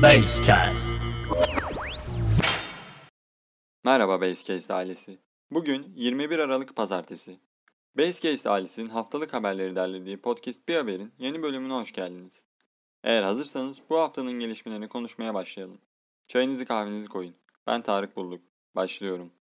Basecast. Merhaba Basecast ailesi. Bugün 21 Aralık Pazartesi. Basecast ailesinin haftalık haberleri derlediği podcast Bir Haber'in yeni bölümüne hoş geldiniz. Eğer hazırsanız bu haftanın gelişmelerini konuşmaya başlayalım. Çayınızı kahvenizi koyun. Ben Tarık Bulluk. Başlıyorum.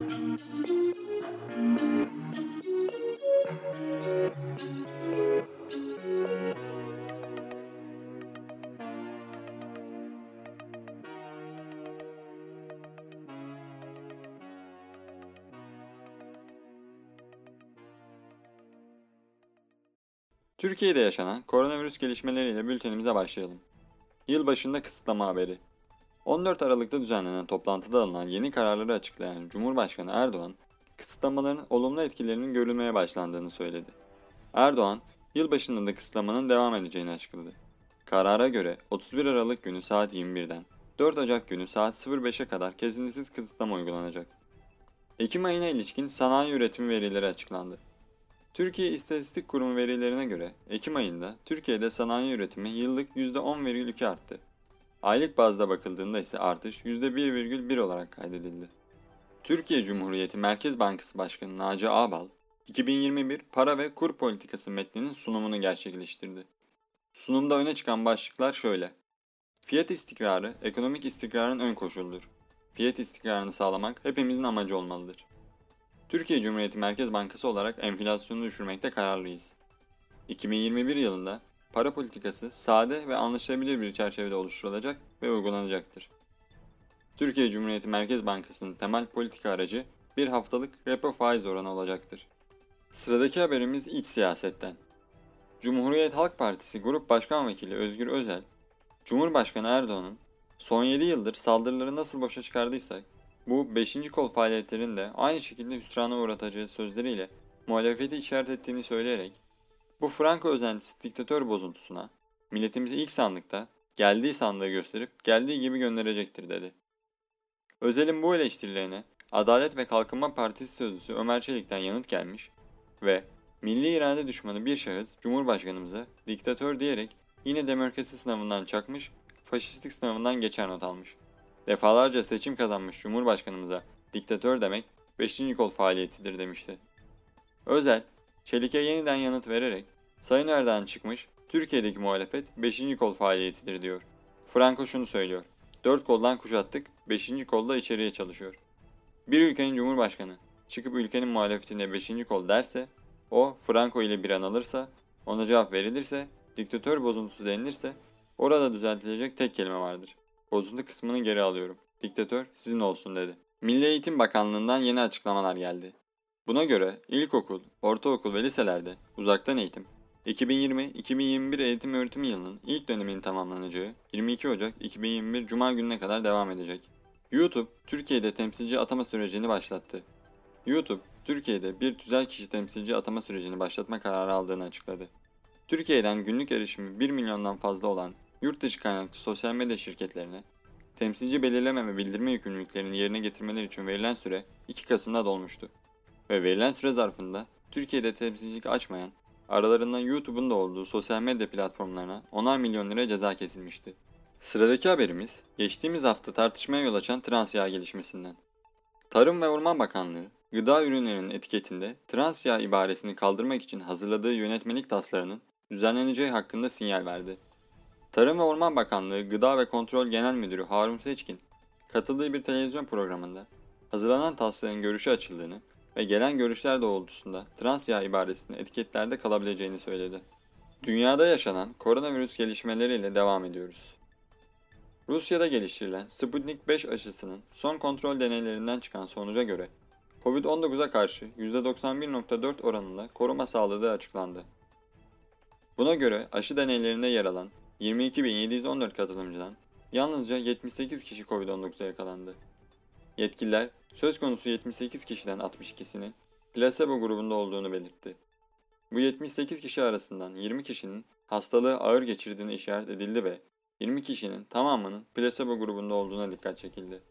Türkiye'de yaşanan koronavirüs gelişmeleriyle bültenimize başlayalım. Yılbaşında kısıtlama haberi. 14 Aralık'ta düzenlenen toplantıda alınan yeni kararları açıklayan Cumhurbaşkanı Erdoğan, kısıtlamaların olumlu etkilerinin görülmeye başlandığını söyledi. Erdoğan, yılbaşında da kısıtlamanın devam edeceğini açıkladı. Karara göre 31 Aralık günü saat 21'den 4 Ocak günü saat 05'e kadar kesintisiz kısıtlama uygulanacak. Ekim ayına ilişkin sanayi üretimi verileri açıklandı. Türkiye İstatistik Kurumu verilerine göre Ekim ayında Türkiye'de sanayi üretimi yıllık %10,2 arttı. Aylık bazda bakıldığında ise artış %1,1 olarak kaydedildi. Türkiye Cumhuriyeti Merkez Bankası Başkanı Naci Ağbal, 2021 Para ve Kur Politikası metninin sunumunu gerçekleştirdi. Sunumda öne çıkan başlıklar şöyle: Fiyat istikrarı, ekonomik istikrarın ön koşuludur. Fiyat istikrarını sağlamak hepimizin amacı olmalıdır. Türkiye Cumhuriyeti Merkez Bankası olarak enflasyonu düşürmekte kararlıyız. 2021 yılında para politikası sade ve anlaşılabilir bir çerçevede oluşturulacak ve uygulanacaktır. Türkiye Cumhuriyeti Merkez Bankası'nın temel politika aracı bir haftalık repo faiz oranı olacaktır. Sıradaki haberimiz iç siyasetten. Cumhuriyet Halk Partisi Grup Başkan Vekili Özgür Özel, Cumhurbaşkanı Erdoğan'ın son 7 yıldır saldırıları nasıl boşa çıkardıysak, bu 5. kol faaliyetlerini de aynı şekilde hüsrana uğratacağı sözleriyle muhalefeti işaret ettiğini söyleyerek, bu Franco özentisi diktatör bozuntusuna milletimizi ilk sandıkta geldiği sandığı gösterip geldiği gibi gönderecektir dedi. Özel'in bu eleştirilerine Adalet ve Kalkınma Partisi sözcüsü Ömer Çelik'ten yanıt gelmiş ve milli irade düşmanı bir şahıs Cumhurbaşkanımıza diktatör diyerek yine demokrasi sınavından çakmış, faşistlik sınavından geçer not almış. Defalarca seçim kazanmış Cumhurbaşkanımıza diktatör demek 5. kol faaliyetidir demişti. Özel, Çelik'e yeniden yanıt vererek Sayın Erdoğan çıkmış, Türkiye'deki muhalefet 5. kol faaliyetidir diyor. Franco şunu söylüyor: 4 koldan kuşattık, 5. kolda içeriye çalışıyor. Bir ülkenin cumhurbaşkanı çıkıp ülkenin muhalefetine 5. kol derse, o Franco ile bir an alırsa, ona cevap verilirse, diktatör bozuntusu denilirse, orada düzeltilecek tek kelime vardır: bozuntu kısmını geri alıyorum. Diktatör sizin olsun dedi. Milli Eğitim Bakanlığı'ndan yeni açıklamalar geldi. Buna göre ilkokul, ortaokul ve liselerde uzaktan eğitim 2020-2021 eğitim öğretim yılının ilk döneminin tamamlanacağı 22 Ocak 2021 Cuma gününe kadar devam edecek. YouTube, Türkiye'de temsilci atama sürecini başlattı. YouTube, Türkiye'de bir tüzel kişi temsilci atama sürecini başlatma kararı aldığını açıkladı. Türkiye'den günlük erişimi 1 milyondan fazla olan yurt dışı kaynaklı sosyal medya şirketlerine temsilci belirleme ve bildirme yükümlülüklerini yerine getirmeleri için verilen süre 2 Kasım'da dolmuştu. Ve verilen süre zarfında Türkiye'de temsilcilik açmayan, aralarından YouTube'un da olduğu sosyal medya platformlarına 10'ar milyon lira ceza kesilmişti. Sıradaki haberimiz, geçtiğimiz hafta tartışmaya yol açan trans yağ gelişmesinden. Tarım ve Orman Bakanlığı, gıda ürünlerinin etiketinde trans yağ ibaresini kaldırmak için hazırladığı yönetmelik taslağının düzenleneceği hakkında sinyal verdi. Tarım ve Orman Bakanlığı Gıda ve Kontrol Genel Müdürü Harun Seçkin, katıldığı bir televizyon programında hazırlanan taslağın görüşe açıldığını ve gelen görüşler doğrultusunda trans yağ ibaresinin etiketlerde kalabileceğini söyledi. Dünyada yaşanan koronavirüs gelişmeleriyle devam ediyoruz. Rusya'da geliştirilen Sputnik 5 aşısının son kontrol deneylerinden çıkan sonuca göre COVID-19'a karşı %91,4 oranında koruma sağladığı açıklandı. Buna göre aşı deneylerinde yer alan 22.714 katılımcıdan yalnızca 78 kişi COVID-19'a yakalandı. Yetkililer söz konusu 78 kişiden 62'sinin plasebo grubunda olduğunu belirtti. Bu 78 kişi arasından 20 kişinin hastalığı ağır geçirdiğini işaret edildi ve 20 kişinin tamamının plasebo grubunda olduğuna dikkat çekildi.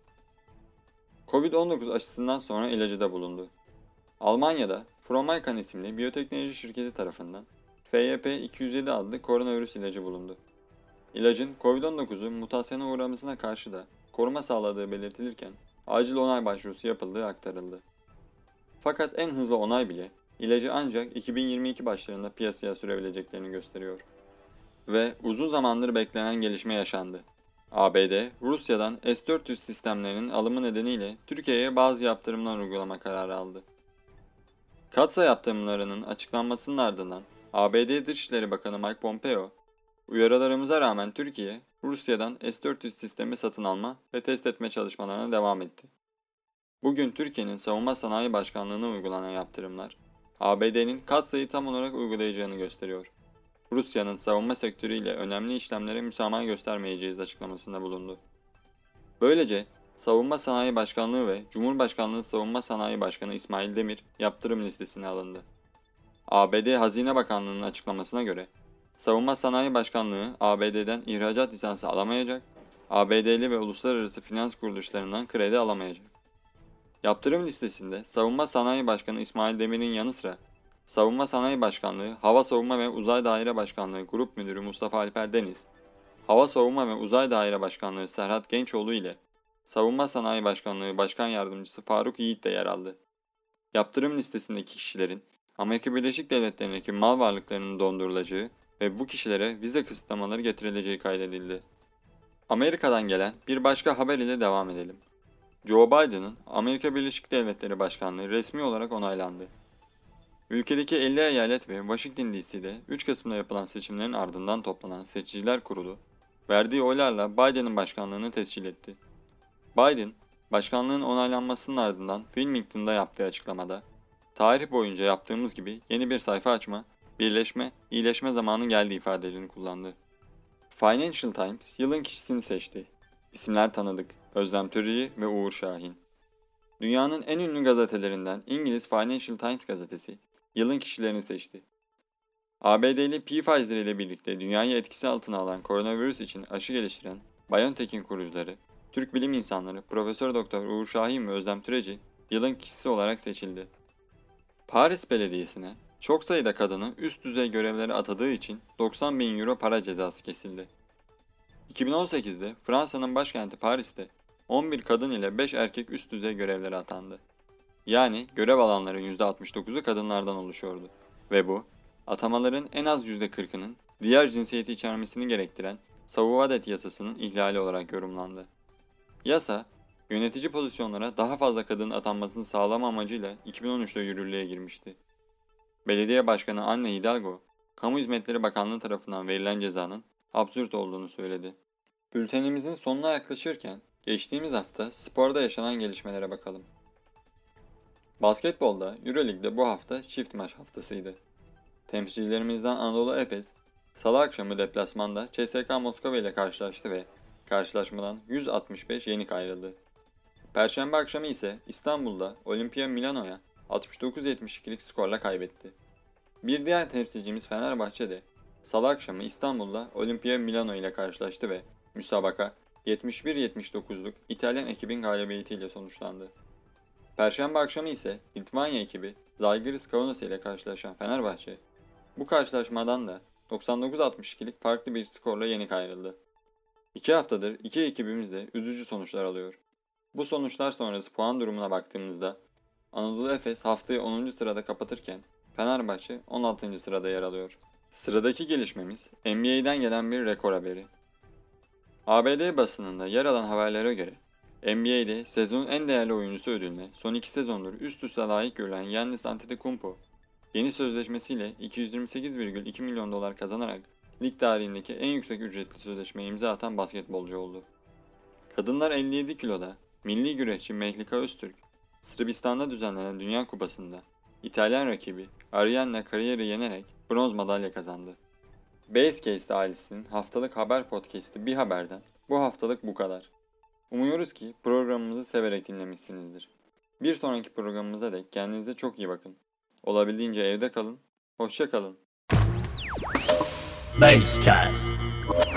Covid-19 aşısından sonra ilacı da bulundu. Almanya'da Promykan isimli biyoteknoloji şirketi tarafından FYP207 adlı koronavirüs ilacı bulundu. İlacın COVID-19'un mutasyona uğramasına karşı da koruma sağladığı belirtilirken acil onay başvurusu yapıldığı aktarıldı. Fakat en hızlı onay bile ilacı ancak 2022 başlarında piyasaya sürebileceklerini gösteriyor. Ve uzun zamandır beklenen gelişme yaşandı. ABD, Rusya'dan S-400 sistemlerinin alımı nedeniyle Türkiye'ye bazı yaptırımlar uygulama kararı aldı. Katsa yaptırımlarının açıklanmasının ardından ABD Dışişleri Bakanı Mike Pompeo, uyarılarımıza rağmen Türkiye, Rusya'dan S-400 sistemi satın alma ve test etme çalışmalarına devam etti. Bugün Türkiye'nin Savunma Sanayi Başkanlığı'na uygulanan yaptırımlar, ABD'nin Katsa'yı tam olarak uygulayacağını gösteriyor. Rusya'nın savunma sektörüyle önemli işlemlere müsamaha göstermeyeceğiz açıklamasında bulundu. Böylece Savunma Sanayi Başkanlığı ve Cumhurbaşkanlığı Savunma Sanayi Başkanı İsmail Demir yaptırım listesine alındı. ABD Hazine Bakanlığı'nın açıklamasına göre, Savunma Sanayi Başkanlığı ABD'den ihracat lisansı alamayacak, ABD'li ve uluslararası finans kuruluşlarından kredi alamayacak. Yaptırım listesinde Savunma Sanayi Başkanı İsmail Demir'in yanı sıra, Savunma Sanayi Başkanlığı, Hava Savunma ve Uzay Daire Başkanlığı Grup Müdürü Mustafa Alper Deniz, Hava Savunma ve Uzay Daire Başkanlığı Serhat Gençoğlu ile Savunma Sanayi Başkanlığı Başkan Yardımcısı Faruk Yiğit de yer aldı. Yaptırım listesindeki kişilerin Amerika Birleşik Devletleri'ndeki mal varlıklarının dondurulacağı ve bu kişilere vize kısıtlamaları getirileceği kaydedildi. Amerika'dan gelen bir başka haber ile devam edelim. Joe Biden'ın Amerika Birleşik Devletleri Başkanlığı resmi olarak onaylandı. Ülkedeki 50 eyalet ve Washington DC'de 3 Kasım'da yapılan seçimlerin ardından toplanan Seçiciler Kurulu, verdiği oylarla Biden'ın başkanlığını tescil etti. Biden, başkanlığın onaylanmasının ardından Wilmington'da yaptığı açıklamada, "Tarih boyunca yaptığımız gibi yeni bir sayfa açma, birleşme, iyileşme zamanı geldi" ifadelerini kullandı. Financial Times yılın kişisini seçti. İsimler tanıdık: Özlem Türeci ve Uğur Şahin. Dünyanın en ünlü gazetelerinden İngiliz Financial Times gazetesi yılın kişilerini seçti. ABD'li Pfizer ile birlikte dünyayı etkisi altına alan koronavirüs için aşı geliştiren BioNTech'in kurucuları, Türk bilim insanları Profesör Doktor Uğur Şahin ve Özlem Türeci yılın kişisi olarak seçildi. Paris Belediyesi'ne çok sayıda kadını üst düzey görevlere atadığı için 90 bin euro para cezası kesildi. 2018'de Fransa'nın başkenti Paris'te 11 kadın ile 5 erkek üst düzey görevlere atandı. Yani görev alanların %69'u kadınlardan oluşuyordu. Ve bu, atamaların en az %40'ının diğer cinsiyeti içermesini gerektiren Savuvadet yasasının ihlali olarak yorumlandı. Yasa, yönetici pozisyonlara daha fazla kadın atanmasını sağlama amacıyla 2013'te yürürlüğe girmişti. Belediye Başkanı Anne Hidalgo, Kamu Hizmetleri Bakanlığı tarafından verilen cezanın absürt olduğunu söyledi. Bültenimizin sonuna yaklaşırken geçtiğimiz hafta sporda yaşanan gelişmelere bakalım. Basketbolda Euroleague'de bu hafta çift maç haftasıydı. Temsilcilerimizden Anadolu Efes, Salı akşamı deplasmanda CSKA Moskova ile karşılaştı ve karşılaşmadan 165 yenik ayrıldı. Perşembe akşamı ise İstanbul'da Olimpia Milano'ya 69-72'lik skorla kaybetti. Bir diğer temsilcimiz Fenerbahçe de Salı akşamı İstanbul'da Olimpia Milano ile karşılaştı ve müsabaka 71-79'luk İtalyan ekibin galibiyetiyle sonuçlandı. Perşembe akşamı ise Litvanya ekibi Žalgiris Kaunas ile karşılaşan Fenerbahçe, bu karşılaşmadan da 99-62'lik farklı bir skorla yenik ayrıldı. 2 haftadır iki ekibimiz de üzücü sonuçlar alıyor. Bu sonuçlar sonrası puan durumuna baktığımızda Anadolu Efes haftayı 10. sırada kapatırken Fenerbahçe 16. sırada yer alıyor. Sıradaki gelişmemiz NBA'den gelen bir rekor haberi. ABD basınında yer alan haberlere göre NBA'de sezonun en değerli oyuncusu ödülüne son 2 sezondur üst üste layık görülen Giannis Antetokounmpo, yeni sözleşmesiyle 228,2 milyon dolar kazanarak lig tarihindeki en yüksek ücretli sözleşmeye imza atan basketbolcu oldu. Kadınlar 57 kiloda milli güreşçi Mehlika Öztürk, Sırbistan'da düzenlenen Dünya Kupası'nda İtalyan rakibi Arianna Carrier'i yenerek bronz madalya kazandı. Basecast ailesinin haftalık haber podcast'i Bir Haber'den bu haftalık bu kadar. Umuyoruz ki programımızı severek dinlemişsinizdir. Bir sonraki programımıza dek kendinize çok iyi bakın. Olabildiğince evde kalın, hoşça kalın. Basecast.